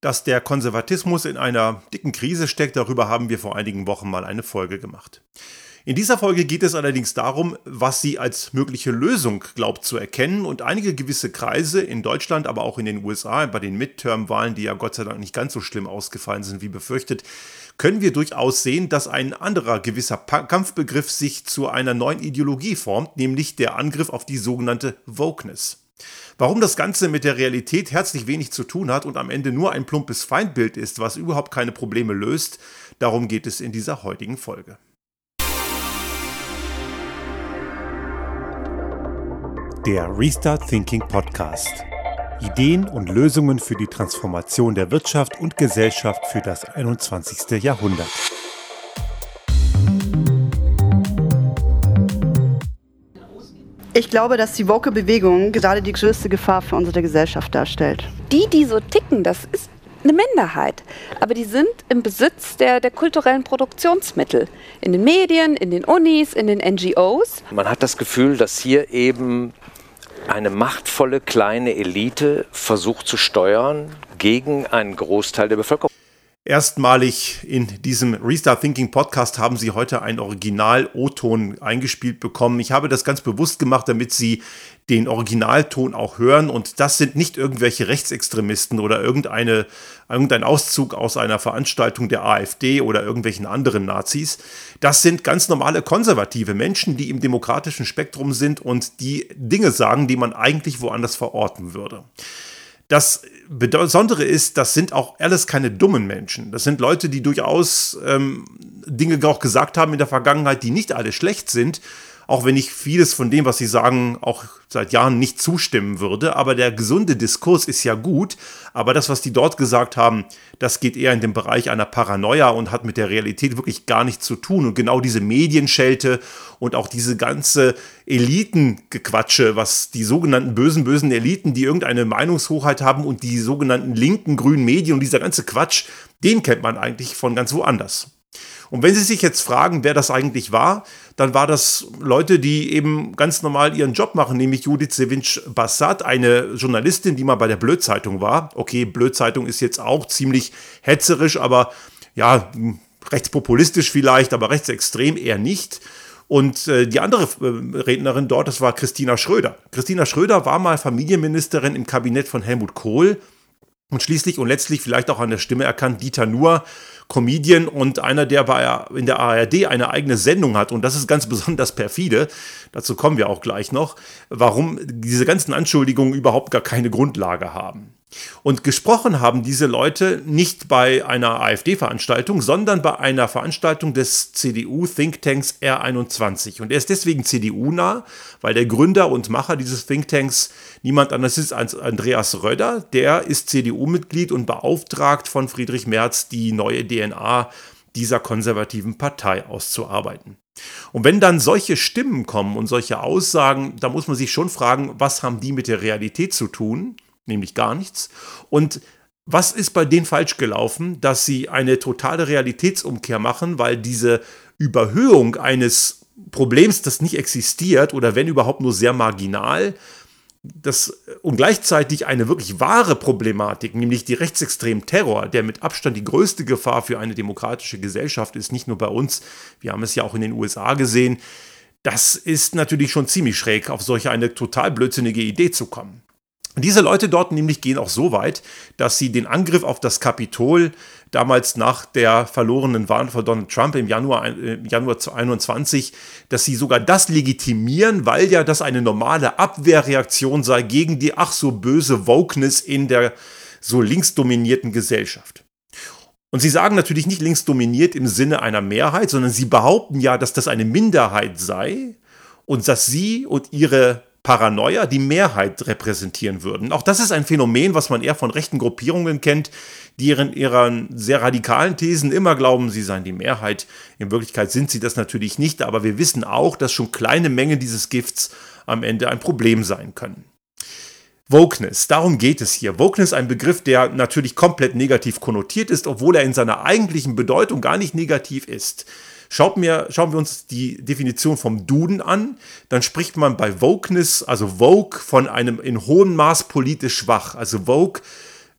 Dass der Konservatismus in einer dicken Krise steckt, darüber haben wir vor einigen Wochen mal eine Folge gemacht. In dieser Folge geht es allerdings darum, was sie als mögliche Lösung glaubt zu erkennen, und einige gewisse Kreise in Deutschland, aber auch in den USA, bei den Midterm-Wahlen, die ja Gott sei Dank nicht ganz so schlimm ausgefallen sind wie befürchtet, können wir durchaus sehen, dass ein anderer gewisser Kampfbegriff sich zu einer neuen Ideologie formt, nämlich der Angriff auf die sogenannte Wokeness. Warum das Ganze mit der Realität herzlich wenig zu tun hat und am Ende nur ein plumpes Feindbild ist, was überhaupt keine Probleme löst, darum geht es in dieser heutigen Folge. Der Restart Thinking Podcast. Ideen und Lösungen für die Transformation der Wirtschaft und Gesellschaft für das 21. Jahrhundert. Ich glaube, dass die Woke-Bewegung gerade die größte Gefahr für unsere Gesellschaft darstellt. Die so ticken, das ist eine Minderheit. Aber die sind im Besitz der kulturellen Produktionsmittel. In den Medien, in den Unis, in den NGOs. Man hat das Gefühl, dass hier eben eine machtvolle kleine Elite versucht zu steuern gegen einen Großteil der Bevölkerung. Erstmalig in diesem Restart Thinking Podcast haben Sie heute einen Original-O-Ton eingespielt bekommen. Ich habe das ganz bewusst gemacht, damit Sie den Originalton auch hören. Und das sind nicht irgendwelche Rechtsextremisten oder irgendein Auszug aus einer Veranstaltung der AfD oder irgendwelchen anderen Nazis. Das sind ganz normale konservative Menschen, die im demokratischen Spektrum sind und die Dinge sagen, die man eigentlich woanders verorten würde. Das Besondere ist, das sind auch alles keine dummen Menschen. Das sind Leute, die durchaus Dinge auch gesagt haben in der Vergangenheit, die nicht alle schlecht sind, auch wenn ich vieles von dem, was sie sagen, auch seit Jahren nicht zustimmen würde. Aber der gesunde Diskurs ist ja gut. Aber das, was die dort gesagt haben, das geht eher in den Bereich einer Paranoia und hat mit der Realität wirklich gar nichts zu tun. Und genau diese Medienschelte und auch diese ganze Elitengequatsche, was die sogenannten bösen Eliten, die irgendeine Meinungshoheit haben, und die sogenannten linken, grünen Medien und dieser ganze Quatsch, den kennt man eigentlich von ganz woanders. Und wenn Sie sich jetzt fragen, wer das eigentlich war, dann war das Leute, die eben ganz normal ihren Job machen, nämlich Judith Sevinc-Bassat, eine Journalistin, die mal bei der Blöd-Zeitung war. Okay, Blöd-Zeitung ist jetzt auch ziemlich hetzerisch, aber ja, rechtspopulistisch vielleicht, aber rechtsextrem eher nicht. Und die andere Rednerin dort, das war Christina Schröder. Christina Schröder war mal Familienministerin im Kabinett von Helmut Kohl und schließlich und letztlich vielleicht auch an der Stimme erkannt, Dieter Nuhr, Comedian und einer, der in der ARD eine eigene Sendung hat. Und das ist ganz besonders perfide. Dazu kommen wir auch gleich noch, warum diese ganzen Anschuldigungen überhaupt gar keine Grundlage haben. Und gesprochen haben diese Leute nicht bei einer AfD-Veranstaltung, sondern bei einer Veranstaltung des CDU-Thinktanks R21. Und er ist deswegen CDU-nah, weil der Gründer und Macher dieses Thinktanks niemand anders ist als Andreas Röder. Der ist CDU-Mitglied und beauftragt von Friedrich Merz, die neue DNA dieser konservativen Partei auszuarbeiten. Und wenn dann solche Stimmen kommen und solche Aussagen, da muss man sich schon fragen, was haben die mit der Realität zu tun? Nämlich gar nichts. Und was ist bei denen falsch gelaufen, dass sie eine totale Realitätsumkehr machen, weil diese Überhöhung eines Problems, das nicht existiert oder wenn überhaupt nur sehr marginal, und gleichzeitig eine wirklich wahre Problematik, nämlich die rechtsextremen Terror, der mit Abstand die größte Gefahr für eine demokratische Gesellschaft ist, nicht nur bei uns, wir haben es ja auch in den USA gesehen, das ist natürlich schon ziemlich schräg, auf solche eine total blödsinnige Idee zu kommen. Diese Leute dort nämlich gehen auch so weit, dass sie den Angriff auf das Kapitol damals nach der verlorenen Wahl von Donald Trump im Januar 2021, dass sie sogar das legitimieren, weil ja das eine normale Abwehrreaktion sei gegen die ach so böse Wokeness in der so linksdominierten Gesellschaft. Und sie sagen natürlich nicht linksdominiert im Sinne einer Mehrheit, sondern sie behaupten ja, dass das eine Minderheit sei und dass sie und ihre Paranoia die Mehrheit repräsentieren würden. Auch das ist ein Phänomen, was man eher von rechten Gruppierungen kennt, die in ihren sehr radikalen Thesen immer glauben, sie seien die Mehrheit. In Wirklichkeit sind sie das natürlich nicht, aber wir wissen auch, dass schon kleine Mengen dieses Gifts am Ende ein Problem sein können. Wokeness, darum geht es hier. Wokeness, ein Begriff, der natürlich komplett negativ konnotiert ist, obwohl er in seiner eigentlichen Bedeutung gar nicht negativ ist. Schauen wir uns die Definition vom Duden an, dann spricht man bei Wokeness, also Woke, von einem in hohem Maß politisch schwach. Also Woke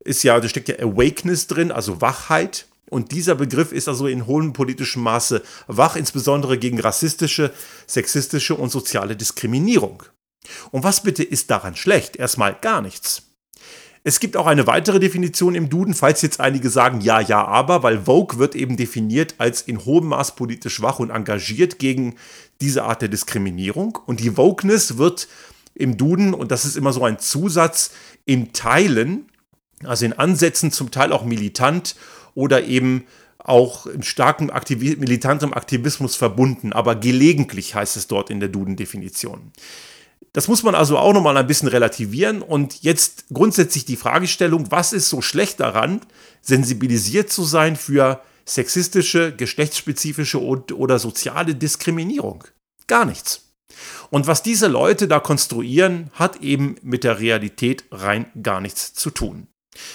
da steckt ja Awakeness drin, also Wachheit. Und dieser Begriff ist also in hohem politischem Maße wach, insbesondere gegen rassistische, sexistische und soziale Diskriminierung. Und was bitte ist daran schlecht? Erstmal gar nichts. Es gibt auch eine weitere Definition im Duden, falls jetzt einige sagen, ja, aber, weil Vogue wird eben definiert als in hohem Maß politisch wach und engagiert gegen diese Art der Diskriminierung. Und die Wokeness wird im Duden, und das ist immer so ein Zusatz, im Teilen, also in Ansätzen zum Teil auch militant oder eben auch in starkem militantem Aktivismus verbunden, aber gelegentlich heißt es dort in der Duden-Definition. Das muss man also auch nochmal ein bisschen relativieren und jetzt grundsätzlich die Fragestellung, was ist so schlecht daran, sensibilisiert zu sein für sexistische, geschlechtsspezifische oder soziale Diskriminierung? Gar nichts. Und was diese Leute da konstruieren, hat eben mit der Realität rein gar nichts zu tun.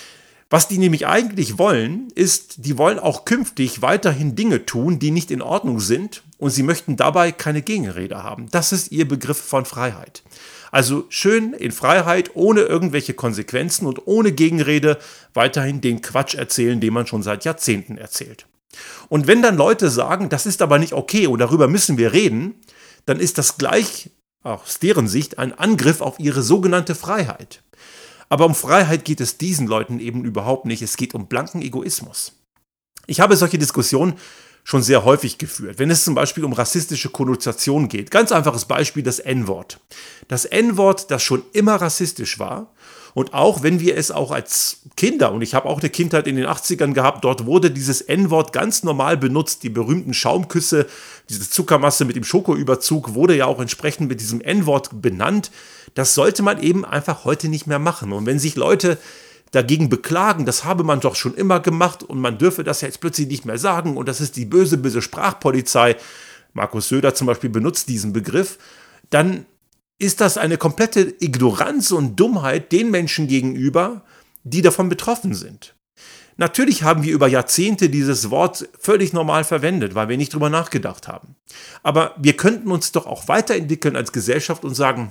Was die nämlich eigentlich wollen, ist, die wollen auch künftig weiterhin Dinge tun, die nicht in Ordnung sind und sie möchten dabei keine Gegenrede haben. Das ist ihr Begriff von Freiheit. Also schön in Freiheit, ohne irgendwelche Konsequenzen und ohne Gegenrede weiterhin den Quatsch erzählen, den man schon seit Jahrzehnten erzählt. Und wenn dann Leute sagen, das ist aber nicht okay und darüber müssen wir reden, dann ist das gleich aus deren Sicht ein Angriff auf ihre sogenannte Freiheit. Aber um Freiheit geht es diesen Leuten eben überhaupt nicht. Es geht um blanken Egoismus. Ich habe solche Diskussionen schon sehr häufig geführt, wenn es zum Beispiel um rassistische Konnotationen geht. Ganz einfaches Beispiel, das N-Wort. Das N-Wort, das schon immer rassistisch war und auch wenn wir es auch als Kinder, und ich habe auch eine Kindheit in den 80ern gehabt, dort wurde dieses N-Wort ganz normal benutzt, die berühmten Schaumküsse, diese Zuckermasse mit dem Schokoüberzug wurde ja auch entsprechend mit diesem N-Wort benannt. Das sollte man eben einfach heute nicht mehr machen. Und wenn sich Leute dagegen beklagen, das habe man doch schon immer gemacht und man dürfe das jetzt plötzlich nicht mehr sagen und das ist die böse, böse Sprachpolizei, Markus Söder zum Beispiel benutzt diesen Begriff, dann ist das eine komplette Ignoranz und Dummheit den Menschen gegenüber, die davon betroffen sind. Natürlich haben wir über Jahrzehnte dieses Wort völlig normal verwendet, weil wir nicht drüber nachgedacht haben. Aber wir könnten uns doch auch weiterentwickeln als Gesellschaft und sagen,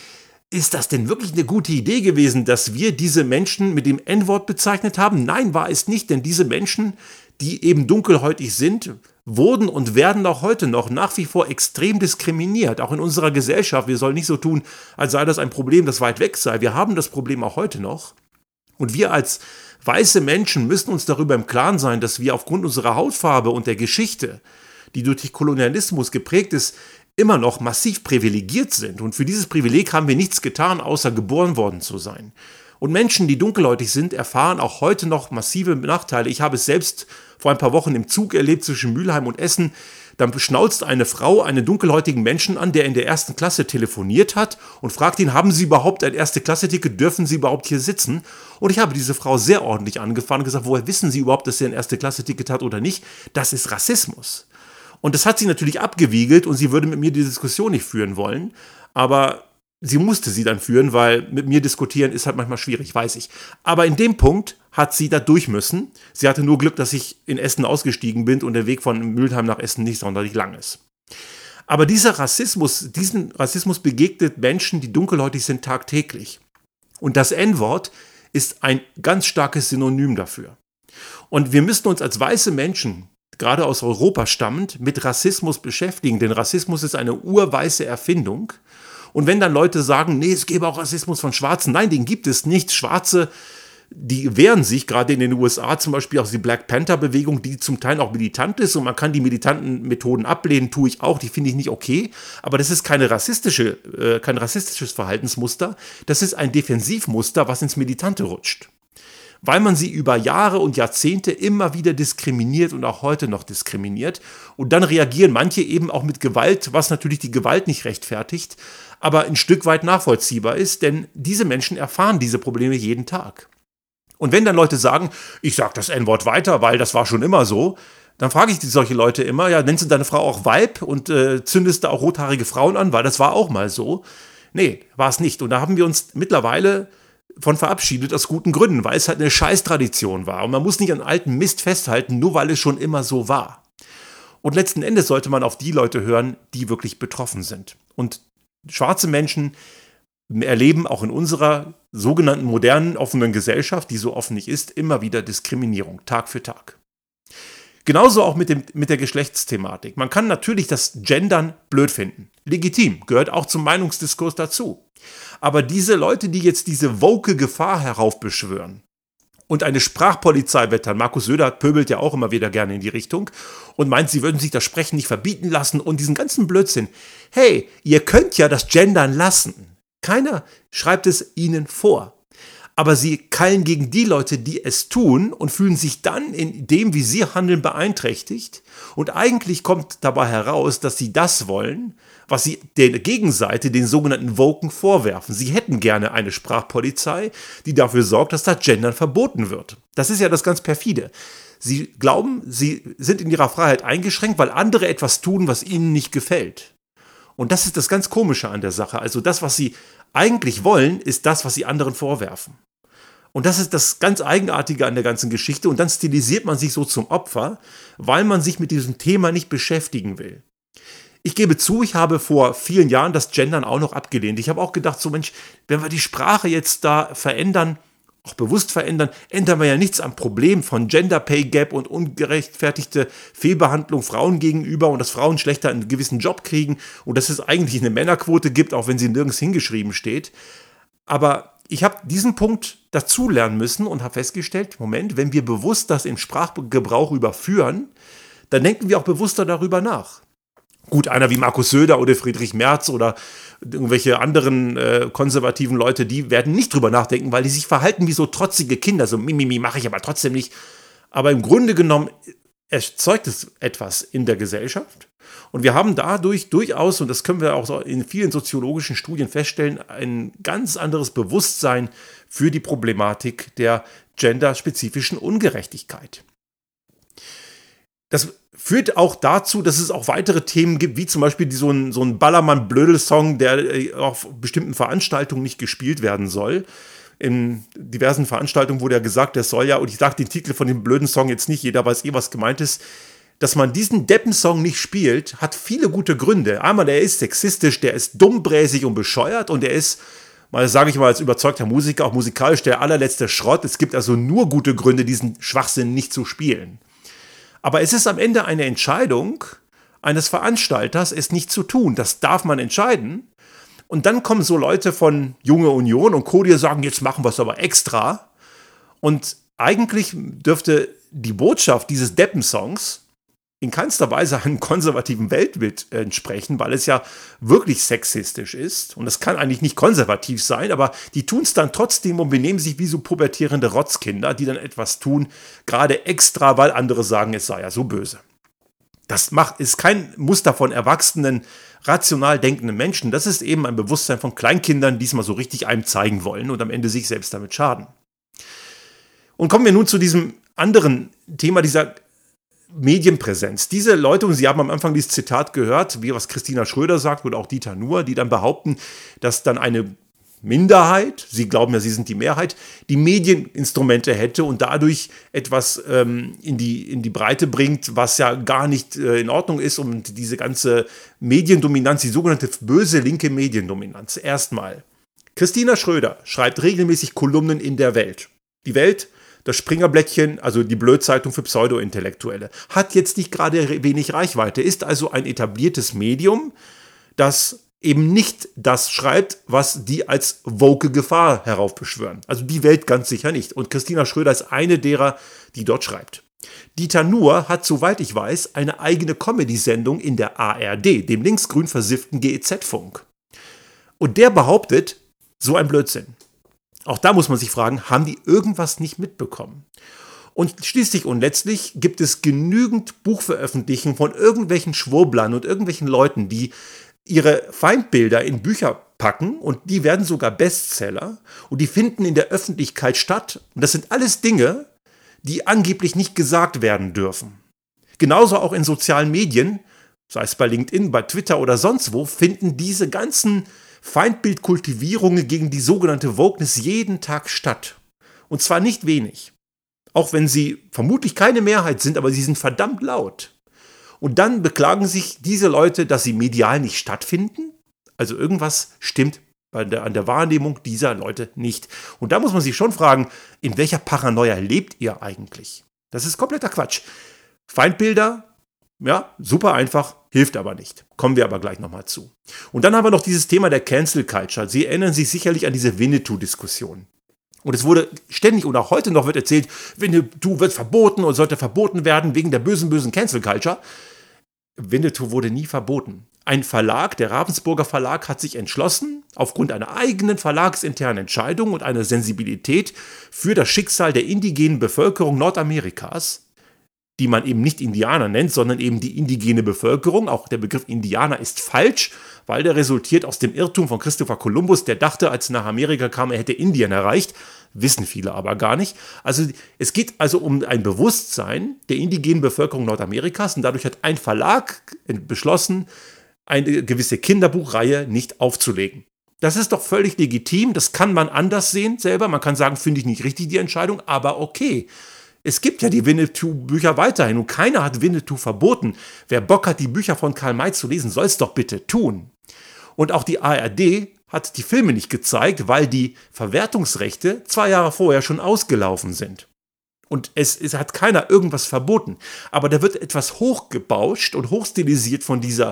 ist das denn wirklich eine gute Idee gewesen, dass wir diese Menschen mit dem N-Wort bezeichnet haben? Nein, war es nicht, denn diese Menschen, die eben dunkelhäutig sind, wurden und werden auch heute noch nach wie vor extrem diskriminiert, auch in unserer Gesellschaft. Wir sollen nicht so tun, als sei das ein Problem, das weit weg sei. Wir haben das Problem auch heute noch. Und wir als weiße Menschen müssen uns darüber im Klaren sein, dass wir aufgrund unserer Hautfarbe und der Geschichte, die durch den Kolonialismus geprägt ist, immer noch massiv privilegiert sind. Und für dieses Privileg haben wir nichts getan, außer geboren worden zu sein. Und Menschen, die dunkelhäutig sind, erfahren auch heute noch massive Nachteile. Ich habe es selbst vor ein paar Wochen im Zug erlebt zwischen Mülheim und Essen. Dann schnauzt eine Frau einen dunkelhäutigen Menschen an, der in der 1. Klasse telefoniert hat und fragt ihn, haben Sie überhaupt ein 1.-Klasse-Ticket, dürfen Sie überhaupt hier sitzen? Und ich habe diese Frau sehr ordentlich angefahren und gesagt, woher wissen Sie überhaupt, dass sie ein 1.-Klasse-Ticket hat oder nicht? Das ist Rassismus. Und das hat sie natürlich abgewiegelt und sie würde mit mir die Diskussion nicht führen wollen, aber sie musste sie dann führen, weil mit mir diskutieren ist halt manchmal schwierig, weiß ich. Aber in dem Punkt hat sie da durch müssen. Sie hatte nur Glück, dass ich in Essen ausgestiegen bin und der Weg von Mülheim nach Essen nicht sonderlich lang ist. Aber diesen Rassismus begegnet Menschen, die dunkelhäutig sind, tagtäglich. Und das N-Wort ist ein ganz starkes Synonym dafür. Und wir müssen uns als weiße Menschen, gerade aus Europa stammend, mit Rassismus beschäftigen, denn Rassismus ist eine urweiße Erfindung. Und wenn dann Leute sagen, nee, es gäbe auch Rassismus von Schwarzen, nein, den gibt es nicht. Schwarze, die wehren sich, gerade in den USA zum Beispiel auch die Black Panther-Bewegung, die zum Teil auch militant ist und man kann die militanten Methoden ablehnen, tue ich auch, die finde ich nicht okay, aber das ist kein rassistisches Verhaltensmuster, das ist ein Defensivmuster, was ins Militante rutscht. Weil man sie über Jahre und Jahrzehnte immer wieder diskriminiert und auch heute noch diskriminiert. Und dann reagieren manche eben auch mit Gewalt, was natürlich die Gewalt nicht rechtfertigt, aber ein Stück weit nachvollziehbar ist, denn diese Menschen erfahren diese Probleme jeden Tag. Und wenn dann Leute sagen, ich sage das N-Wort weiter, weil das war schon immer so, dann frage ich solche Leute immer, ja, nennst du deine Frau auch Weib und zündest da auch rothaarige Frauen an, weil das war auch mal so. Nee, war es nicht. Und da haben wir uns mittlerweile von verabschiedet, aus guten Gründen, weil es halt eine Scheißtradition war. Und man muss nicht an alten Mist festhalten, nur weil es schon immer so war. Und letzten Endes sollte man auf die Leute hören, die wirklich betroffen sind. Und schwarze Menschen erleben auch in unserer sogenannten modernen, offenen Gesellschaft, die so offen nicht ist, immer wieder Diskriminierung, Tag für Tag. Genauso auch mit der Geschlechtsthematik. Man kann natürlich das Gendern blöd finden. Legitim, gehört auch zum Meinungsdiskurs dazu. Aber diese Leute, die jetzt diese woke Gefahr heraufbeschwören und eine Sprachpolizei wettern, Markus Söder pöbelt ja auch immer wieder gerne in die Richtung und meint, sie würden sich das Sprechen nicht verbieten lassen und diesen ganzen Blödsinn. Hey, ihr könnt ja das Gendern lassen. Keiner schreibt es ihnen vor. Aber sie keilen gegen die Leute, die es tun und fühlen sich dann in dem, wie sie handeln, beeinträchtigt. Und eigentlich kommt dabei heraus, dass sie das wollen, was sie der Gegenseite, den sogenannten Woken, vorwerfen. Sie hätten gerne eine Sprachpolizei, die dafür sorgt, dass das Gendern verboten wird. Das ist ja das ganz perfide. Sie glauben, sie sind in ihrer Freiheit eingeschränkt, weil andere etwas tun, was ihnen nicht gefällt. Und das ist das ganz Komische an der Sache. Also das, was sie eigentlich wollen, ist das, was sie anderen vorwerfen. Und das ist das ganz Eigenartige an der ganzen Geschichte. Und dann stilisiert man sich so zum Opfer, weil man sich mit diesem Thema nicht beschäftigen will. Ich gebe zu, ich habe vor vielen Jahren das Gendern auch noch abgelehnt. Ich habe auch gedacht, so Mensch, wenn wir die Sprache jetzt da verändern, auch bewusst verändern, ändern wir ja nichts am Problem von Gender Pay Gap und ungerechtfertigte Fehlbehandlung Frauen gegenüber und dass Frauen schlechter einen gewissen Job kriegen und dass es eigentlich eine Männerquote gibt, auch wenn sie nirgends hingeschrieben steht. Aber ich habe diesen Punkt dazulernen müssen und habe festgestellt, Moment, wenn wir bewusst das im Sprachgebrauch überführen, dann denken wir auch bewusster darüber nach. Gut, einer wie Markus Söder oder Friedrich Merz oder irgendwelche anderen konservativen Leute, die werden nicht drüber nachdenken, weil die sich verhalten wie so trotzige Kinder, so Mimimi mache ich aber trotzdem nicht. Aber im Grunde genommen erzeugt es etwas in der Gesellschaft. Und wir haben dadurch durchaus, und das können wir auch in vielen soziologischen Studien feststellen, ein ganz anderes Bewusstsein für die Problematik der genderspezifischen Ungerechtigkeit. Das führt auch dazu, dass es auch weitere Themen gibt, wie zum Beispiel so ein Ballermann-Blödel-Song, der auf bestimmten Veranstaltungen nicht gespielt werden soll. In diversen Veranstaltungen wurde ja gesagt, der soll ja, und ich sage den Titel von dem blöden Song jetzt nicht, jeder weiß was gemeint ist, dass man diesen Deppensong nicht spielt, hat viele gute Gründe. Einmal, der ist sexistisch, der ist dummbräsig und bescheuert und der ist, sage ich mal als überzeugter Musiker, auch musikalisch der allerletzte Schrott. Es gibt also nur gute Gründe, diesen Schwachsinn nicht zu spielen. Aber es ist am Ende eine Entscheidung eines Veranstalters, es nicht zu tun. Das darf man entscheiden. Und dann kommen so Leute von Junge Union und Co., die sagen, jetzt machen wir es aber extra. Und eigentlich dürfte die Botschaft dieses Deppensongs in keinster Weise einem konservativen Weltbild entsprechen, weil es ja wirklich sexistisch ist. Und das kann eigentlich nicht konservativ sein, aber die tun es dann trotzdem und benehmen sich wie so pubertierende Rotzkinder, die dann etwas tun, gerade extra, weil andere sagen, es sei ja so böse. Das ist kein Muster von erwachsenen, rational denkenden Menschen. Das ist eben ein Bewusstsein von Kleinkindern, die es mal so richtig einem zeigen wollen und am Ende sich selbst damit schaden. Und kommen wir nun zu diesem anderen Thema, dieser Medienpräsenz. Diese Leute, und Sie haben am Anfang dieses Zitat gehört, wie was Christina Schröder sagt oder auch Dieter Nuhr, die dann behaupten, dass dann eine Minderheit, sie glauben ja, sie sind die Mehrheit, die Medieninstrumente hätte und dadurch etwas in die Breite bringt, was ja gar nicht in Ordnung ist und diese ganze Mediendominanz, die sogenannte böse linke Mediendominanz. Erstmal, Christina Schröder schreibt regelmäßig Kolumnen in der Welt. Die Welt, das Springerblättchen, also die Blödzeitung für Pseudo-Intellektuelle, hat jetzt nicht gerade wenig Reichweite, ist also ein etabliertes Medium, das eben nicht das schreibt, was die als woke Gefahr heraufbeschwören. Also die Welt ganz sicher nicht. Und Christina Schröder ist eine derer, die dort schreibt. Dieter Nuhr hat, soweit ich weiß, eine eigene Comedy-Sendung in der ARD, dem linksgrün versifften GEZ-Funk. Und der behauptet, so ein Blödsinn. Auch da muss man sich fragen, haben die irgendwas nicht mitbekommen? Und schließlich und letztlich gibt es genügend Buchveröffentlichungen von irgendwelchen Schwurblern und irgendwelchen Leuten, die ihre Feindbilder in Bücher packen und die werden sogar Bestseller und die finden in der Öffentlichkeit statt. Und das sind alles Dinge, die angeblich nicht gesagt werden dürfen. Genauso auch in sozialen Medien, sei es bei LinkedIn, bei Twitter oder sonst wo, finden diese ganzen Feindbildkultivierungen gegen die sogenannte Wokeness jeden Tag statt. Und zwar nicht wenig. Auch wenn sie vermutlich keine Mehrheit sind, aber sie sind verdammt laut. Und dann beklagen sich diese Leute, dass sie medial nicht stattfinden. Also irgendwas stimmt an der Wahrnehmung dieser Leute nicht. Und da muss man sich schon fragen, in welcher Paranoia lebt ihr eigentlich? Das ist kompletter Quatsch. Feindbilder, ja, super einfach, hilft aber nicht. Kommen wir aber gleich nochmal zu. Und dann haben wir noch dieses Thema der Cancel Culture. Sie erinnern sich sicherlich an diese Winnetou-Diskussion. Und es wurde ständig und auch heute noch wird erzählt, Winnetou wird verboten und sollte verboten werden wegen der bösen Cancel Culture. Winnetou wurde nie verboten. Ein Verlag, der Ravensburger Verlag, hat sich entschlossen, aufgrund einer eigenen verlagsinternen Entscheidung und einer Sensibilität für das Schicksal der indigenen Bevölkerung Nordamerikas, die man eben nicht Indianer nennt, sondern eben die indigene Bevölkerung. Auch der Begriff Indianer ist falsch, weil der resultiert aus dem Irrtum von Christopher Columbus, der dachte, als er nach Amerika kam, er hätte Indien erreicht. Wissen viele aber gar nicht. Also es geht also um ein Bewusstsein der indigenen Bevölkerung Nordamerikas und dadurch hat ein Verlag beschlossen, eine gewisse Kinderbuchreihe nicht aufzulegen. Das ist doch völlig legitim, das kann man anders sehen selber. Man kann sagen, finde ich nicht richtig die Entscheidung, aber okay. Es gibt ja die Winnetou-Bücher weiterhin und keiner hat Winnetou verboten. Wer Bock hat, die Bücher von Karl May zu lesen, soll es doch bitte tun. Und auch die ARD hat die Filme nicht gezeigt, weil die Verwertungsrechte 2 Jahre vorher schon ausgelaufen sind. Und es hat keiner irgendwas verboten. Aber da wird etwas hochgebauscht und hochstilisiert von dieser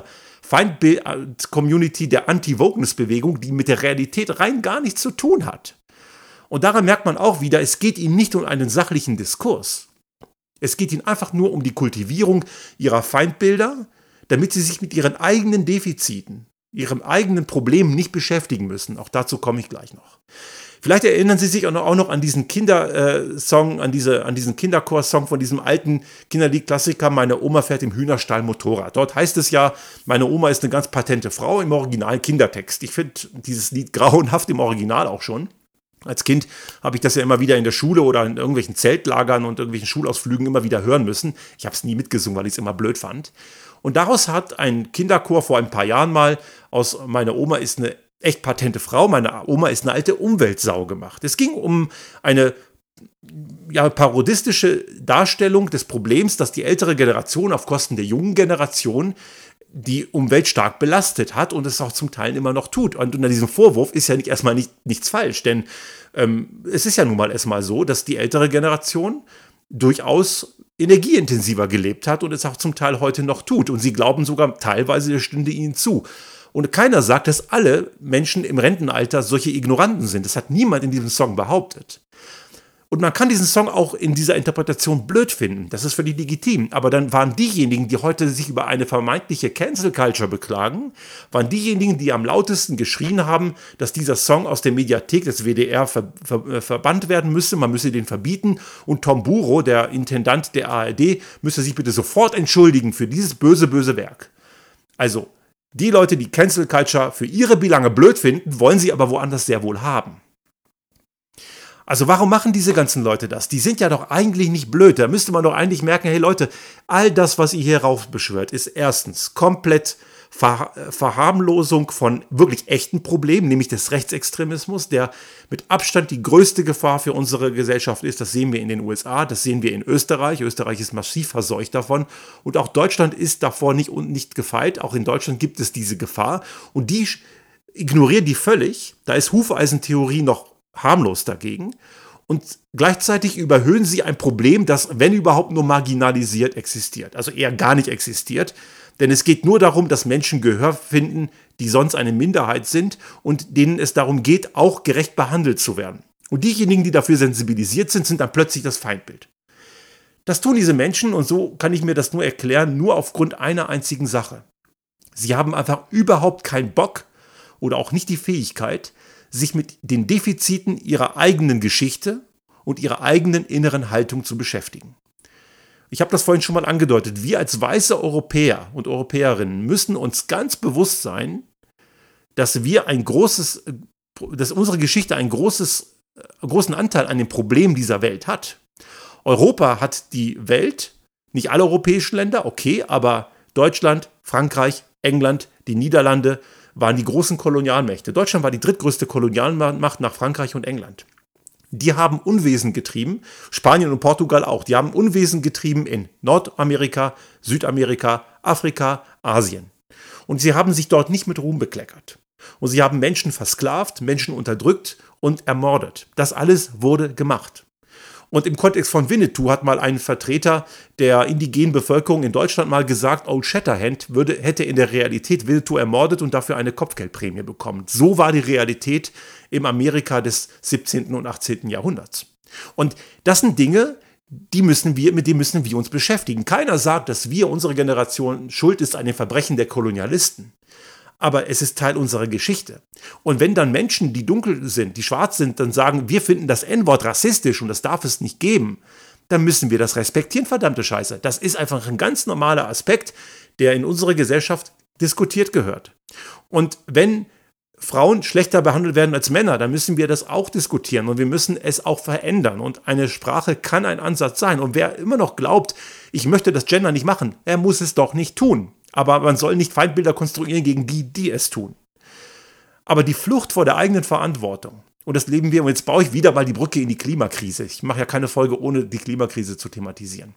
Feindbild-Community der Anti-Wokeness-Bewegung, die mit der Realität rein gar nichts zu tun hat. Und daran merkt man auch wieder, es geht ihnen nicht um einen sachlichen Diskurs. Es geht ihnen einfach nur um die Kultivierung ihrer Feindbilder, damit sie sich mit ihren eigenen Defiziten, ihrem eigenen Problem nicht beschäftigen müssen. Auch dazu komme ich gleich noch. Vielleicht erinnern Sie sich auch noch an diesen Kindersong, an diesen Kinderchor-Song von diesem alten Kinderlied-Klassiker Meine Oma fährt im Hühnerstall Motorrad. Dort heißt es ja, meine Oma ist eine ganz patente Frau im originalen Kindertext. Ich finde dieses Lied grauenhaft im Original auch schon. Als Kind habe ich das ja immer wieder in der Schule oder in irgendwelchen Zeltlagern und irgendwelchen Schulausflügen immer wieder hören müssen. Ich habe es nie mitgesungen, weil ich es immer blöd fand. Und daraus hat ein Kinderchor vor ein paar Jahren mal aus Meine Oma ist eine echt patente Frau, meine Oma ist eine alte Umweltsau gemacht. Es ging um eine parodistische Darstellung des Problems, dass die ältere Generation auf Kosten der jungen Generation die Umwelt stark belastet hat und es auch zum Teil immer noch tut. Und unter diesem Vorwurf ist ja erstmal nichts falsch, denn es ist ja nun mal erstmal so, dass die ältere Generation durchaus energieintensiver gelebt hat und es auch zum Teil heute noch tut. Und sie glauben sogar teilweise, das stünde ihnen zu. Und keiner sagt, dass alle Menschen im Rentenalter solche Ignoranten sind. Das hat niemand in diesem Song behauptet. Und man kann diesen Song auch in dieser Interpretation blöd finden. Das ist völlig legitim. Aber dann waren diejenigen, die heute sich über eine vermeintliche Cancel Culture beklagen, waren diejenigen, die am lautesten geschrien haben, dass dieser Song aus der Mediathek des WDR verbannt werden müsse. Man müsse den verbieten. Und Tom Buro, der Intendant der ARD, müsse sich bitte sofort entschuldigen für dieses böse Werk. Also, die Leute, die Cancel Culture für ihre Belange blöd finden, wollen sie aber woanders sehr wohl haben. Also warum machen diese ganzen Leute das? Die sind ja doch eigentlich nicht blöd. Da müsste man doch eigentlich merken, hey Leute, all das, was ihr hier raufbeschwört, ist erstens komplett Verharmlosung von wirklich echten Problemen, nämlich des Rechtsextremismus, der mit Abstand die größte Gefahr für unsere Gesellschaft ist. Das sehen wir in den USA, das sehen wir in Österreich. Österreich ist massiv verseucht davon und auch Deutschland ist davor nicht gefeit. Auch in Deutschland gibt es diese Gefahr und die ignorieren die völlig. Da ist Hufeisentheorie noch harmlos dagegen. Und gleichzeitig überhöhen sie ein Problem, das, wenn überhaupt, nur marginalisiert existiert. Also eher gar nicht existiert. Denn es geht nur darum, dass Menschen Gehör finden, die sonst eine Minderheit sind und denen es darum geht, auch gerecht behandelt zu werden. Und diejenigen, die dafür sensibilisiert sind, sind dann plötzlich das Feindbild. Das tun diese Menschen, und so kann ich mir das nur erklären, nur aufgrund einer einzigen Sache. Sie haben einfach überhaupt keinen Bock oder auch nicht die Fähigkeit, sich mit den Defiziten ihrer eigenen Geschichte und ihrer eigenen inneren Haltung zu beschäftigen. Ich habe das vorhin schon mal angedeutet. Wir als weiße Europäer und Europäerinnen müssen uns ganz bewusst sein, dass unsere Geschichte einen großen Anteil an den Problemen dieser Welt hat. Europa hat die Welt, nicht alle europäischen Länder, okay, aber Deutschland, Frankreich, England, die Niederlande waren die großen Kolonialmächte. Deutschland war die drittgrößte Kolonialmacht nach Frankreich und England. Die haben Unwesen getrieben, Spanien und Portugal auch. Die haben Unwesen getrieben in Nordamerika, Südamerika, Afrika, Asien. Und sie haben sich dort nicht mit Ruhm bekleckert. Und sie haben Menschen versklavt, Menschen unterdrückt und ermordet. Das alles wurde gemacht. Und im Kontext von Winnetou hat mal ein Vertreter der indigenen Bevölkerung in Deutschland mal gesagt, Old Shatterhand hätte in der Realität Winnetou ermordet und dafür eine Kopfgeldprämie bekommen. So war die Realität im Amerika des 17. und 18. Jahrhunderts. Und das sind Dinge, mit denen müssen wir uns beschäftigen. Keiner sagt, dass unsere Generation schuld ist an den Verbrechen der Kolonialisten. Aber es ist Teil unserer Geschichte. Und wenn dann Menschen, die dunkel sind, die schwarz sind, dann sagen, wir finden das N-Wort rassistisch und das darf es nicht geben, dann müssen wir das respektieren, verdammte Scheiße. Das ist einfach ein ganz normaler Aspekt, der in unsere Gesellschaft diskutiert gehört. Und wenn Frauen schlechter behandelt werden als Männer, dann müssen wir das auch diskutieren und wir müssen es auch verändern. Und eine Sprache kann ein Ansatz sein. Und wer immer noch glaubt, ich möchte das Gender nicht machen, er muss es doch nicht tun. Aber man soll nicht Feindbilder konstruieren gegen die es tun. Aber die Flucht vor der eigenen Verantwortung, und das leben wir, und jetzt baue ich wieder mal die Brücke in die Klimakrise. Ich mache ja keine Folge, ohne die Klimakrise zu thematisieren.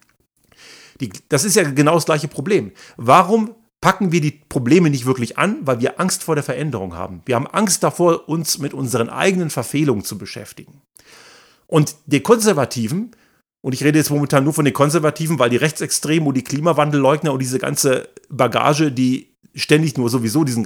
Das ist ja genau das gleiche Problem. Warum packen wir die Probleme nicht wirklich an? Weil wir Angst vor der Veränderung haben. Wir haben Angst davor, uns mit unseren eigenen Verfehlungen zu beschäftigen. Und die Konservativen, und ich rede jetzt momentan nur von den Konservativen, weil die Rechtsextremen und die Klimawandelleugner und diese ganze Bagage, die ständig nur sowieso die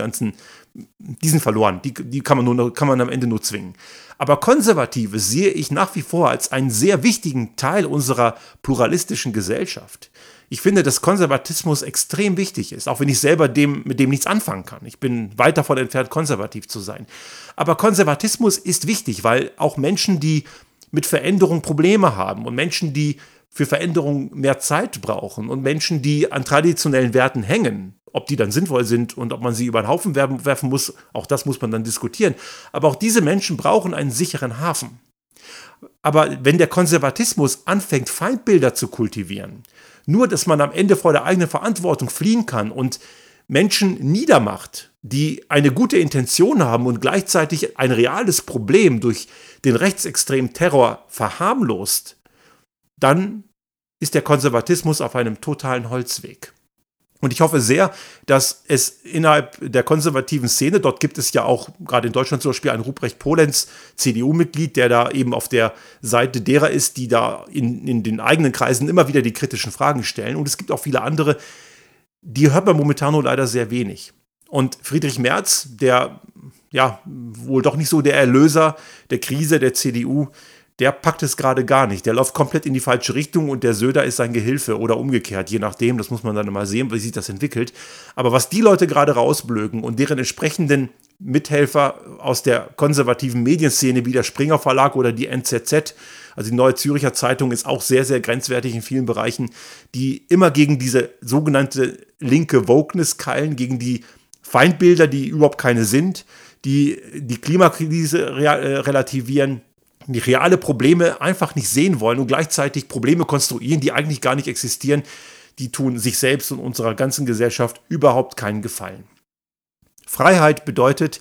sind verloren. Die kann man am Ende nur zwingen. Aber Konservative sehe ich nach wie vor als einen sehr wichtigen Teil unserer pluralistischen Gesellschaft. Ich finde, dass Konservatismus extrem wichtig ist, auch wenn ich selber mit dem nichts anfangen kann. Ich bin weit davon entfernt, konservativ zu sein. Aber Konservatismus ist wichtig, weil auch Menschen, die mit Veränderung Probleme haben und Menschen, die für Veränderung mehr Zeit brauchen und Menschen, die an traditionellen Werten hängen, ob die dann sinnvoll sind und ob man sie über den Haufen werfen muss, auch das muss man dann diskutieren. Aber auch diese Menschen brauchen einen sicheren Hafen. Aber wenn der Konservatismus anfängt, Feindbilder zu kultivieren, nur dass man am Ende vor der eigenen Verantwortung fliehen kann und Menschen niedermacht, die eine gute Intention haben und gleichzeitig ein reales Problem durch den rechtsextremen Terror verharmlost, dann ist der Konservatismus auf einem totalen Holzweg. Und ich hoffe sehr, dass es innerhalb der konservativen Szene, dort gibt es ja auch, gerade in Deutschland zum Beispiel, einen Ruprecht Polenz, CDU-Mitglied, der da eben auf der Seite derer ist, die da in den eigenen Kreisen immer wieder die kritischen Fragen stellen. Und es gibt auch viele andere, die hört man momentan nur leider sehr wenig. Und Friedrich Merz, der ja wohl doch nicht so der Erlöser der Krise der CDU, der packt es gerade gar nicht. Der läuft komplett in die falsche Richtung und der Söder ist sein Gehilfe oder umgekehrt, je nachdem. Das muss man dann mal sehen, wie sich das entwickelt. Aber was die Leute gerade rausblöken und deren entsprechenden Mithelfer aus der konservativen Medienszene wie der Springer Verlag oder die NZZ, also die Neue Zürcher Zeitung, ist auch sehr, sehr grenzwertig in vielen Bereichen, die immer gegen diese sogenannte linke Wokeness keilen, gegen die Feindbilder, die überhaupt keine sind, die Klimakrise relativieren, die reale Probleme einfach nicht sehen wollen und gleichzeitig Probleme konstruieren, die eigentlich gar nicht existieren, die tun sich selbst und unserer ganzen Gesellschaft überhaupt keinen Gefallen. Freiheit bedeutet,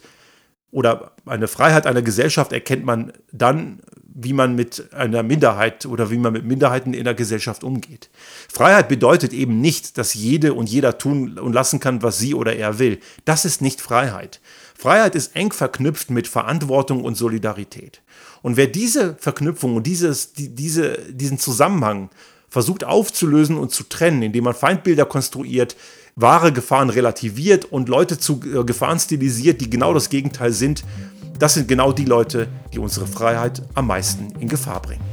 oder eine Freiheit einer Gesellschaft erkennt man dann, wie man mit einer Minderheit oder wie man mit Minderheiten in der Gesellschaft umgeht. Freiheit bedeutet eben nicht, dass jede und jeder tun und lassen kann, was sie oder er will. Das ist nicht Freiheit. Freiheit ist eng verknüpft mit Verantwortung und Solidarität. Und wer diese Verknüpfung und diesen Zusammenhang versucht aufzulösen und zu trennen, indem man Feindbilder konstruiert, wahre Gefahren relativiert und Leute zu Gefahren stilisiert, die genau das Gegenteil sind, das sind genau die Leute, die unsere Freiheit am meisten in Gefahr bringen.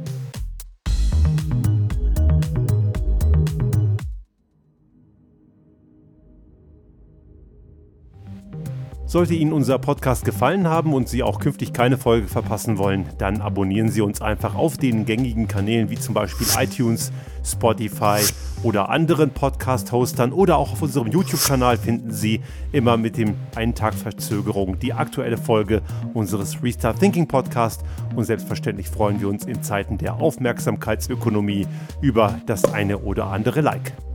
Sollte Ihnen unser Podcast gefallen haben und Sie auch künftig keine Folge verpassen wollen, dann abonnieren Sie uns einfach auf den gängigen Kanälen wie zum Beispiel iTunes, Spotify oder anderen Podcast-Hostern oder auch auf unserem YouTube-Kanal finden Sie immer mit dem einen Tag Verzögerung die aktuelle Folge unseres Restart Thinking Podcast und selbstverständlich freuen wir uns in Zeiten der Aufmerksamkeitsökonomie über das eine oder andere Like.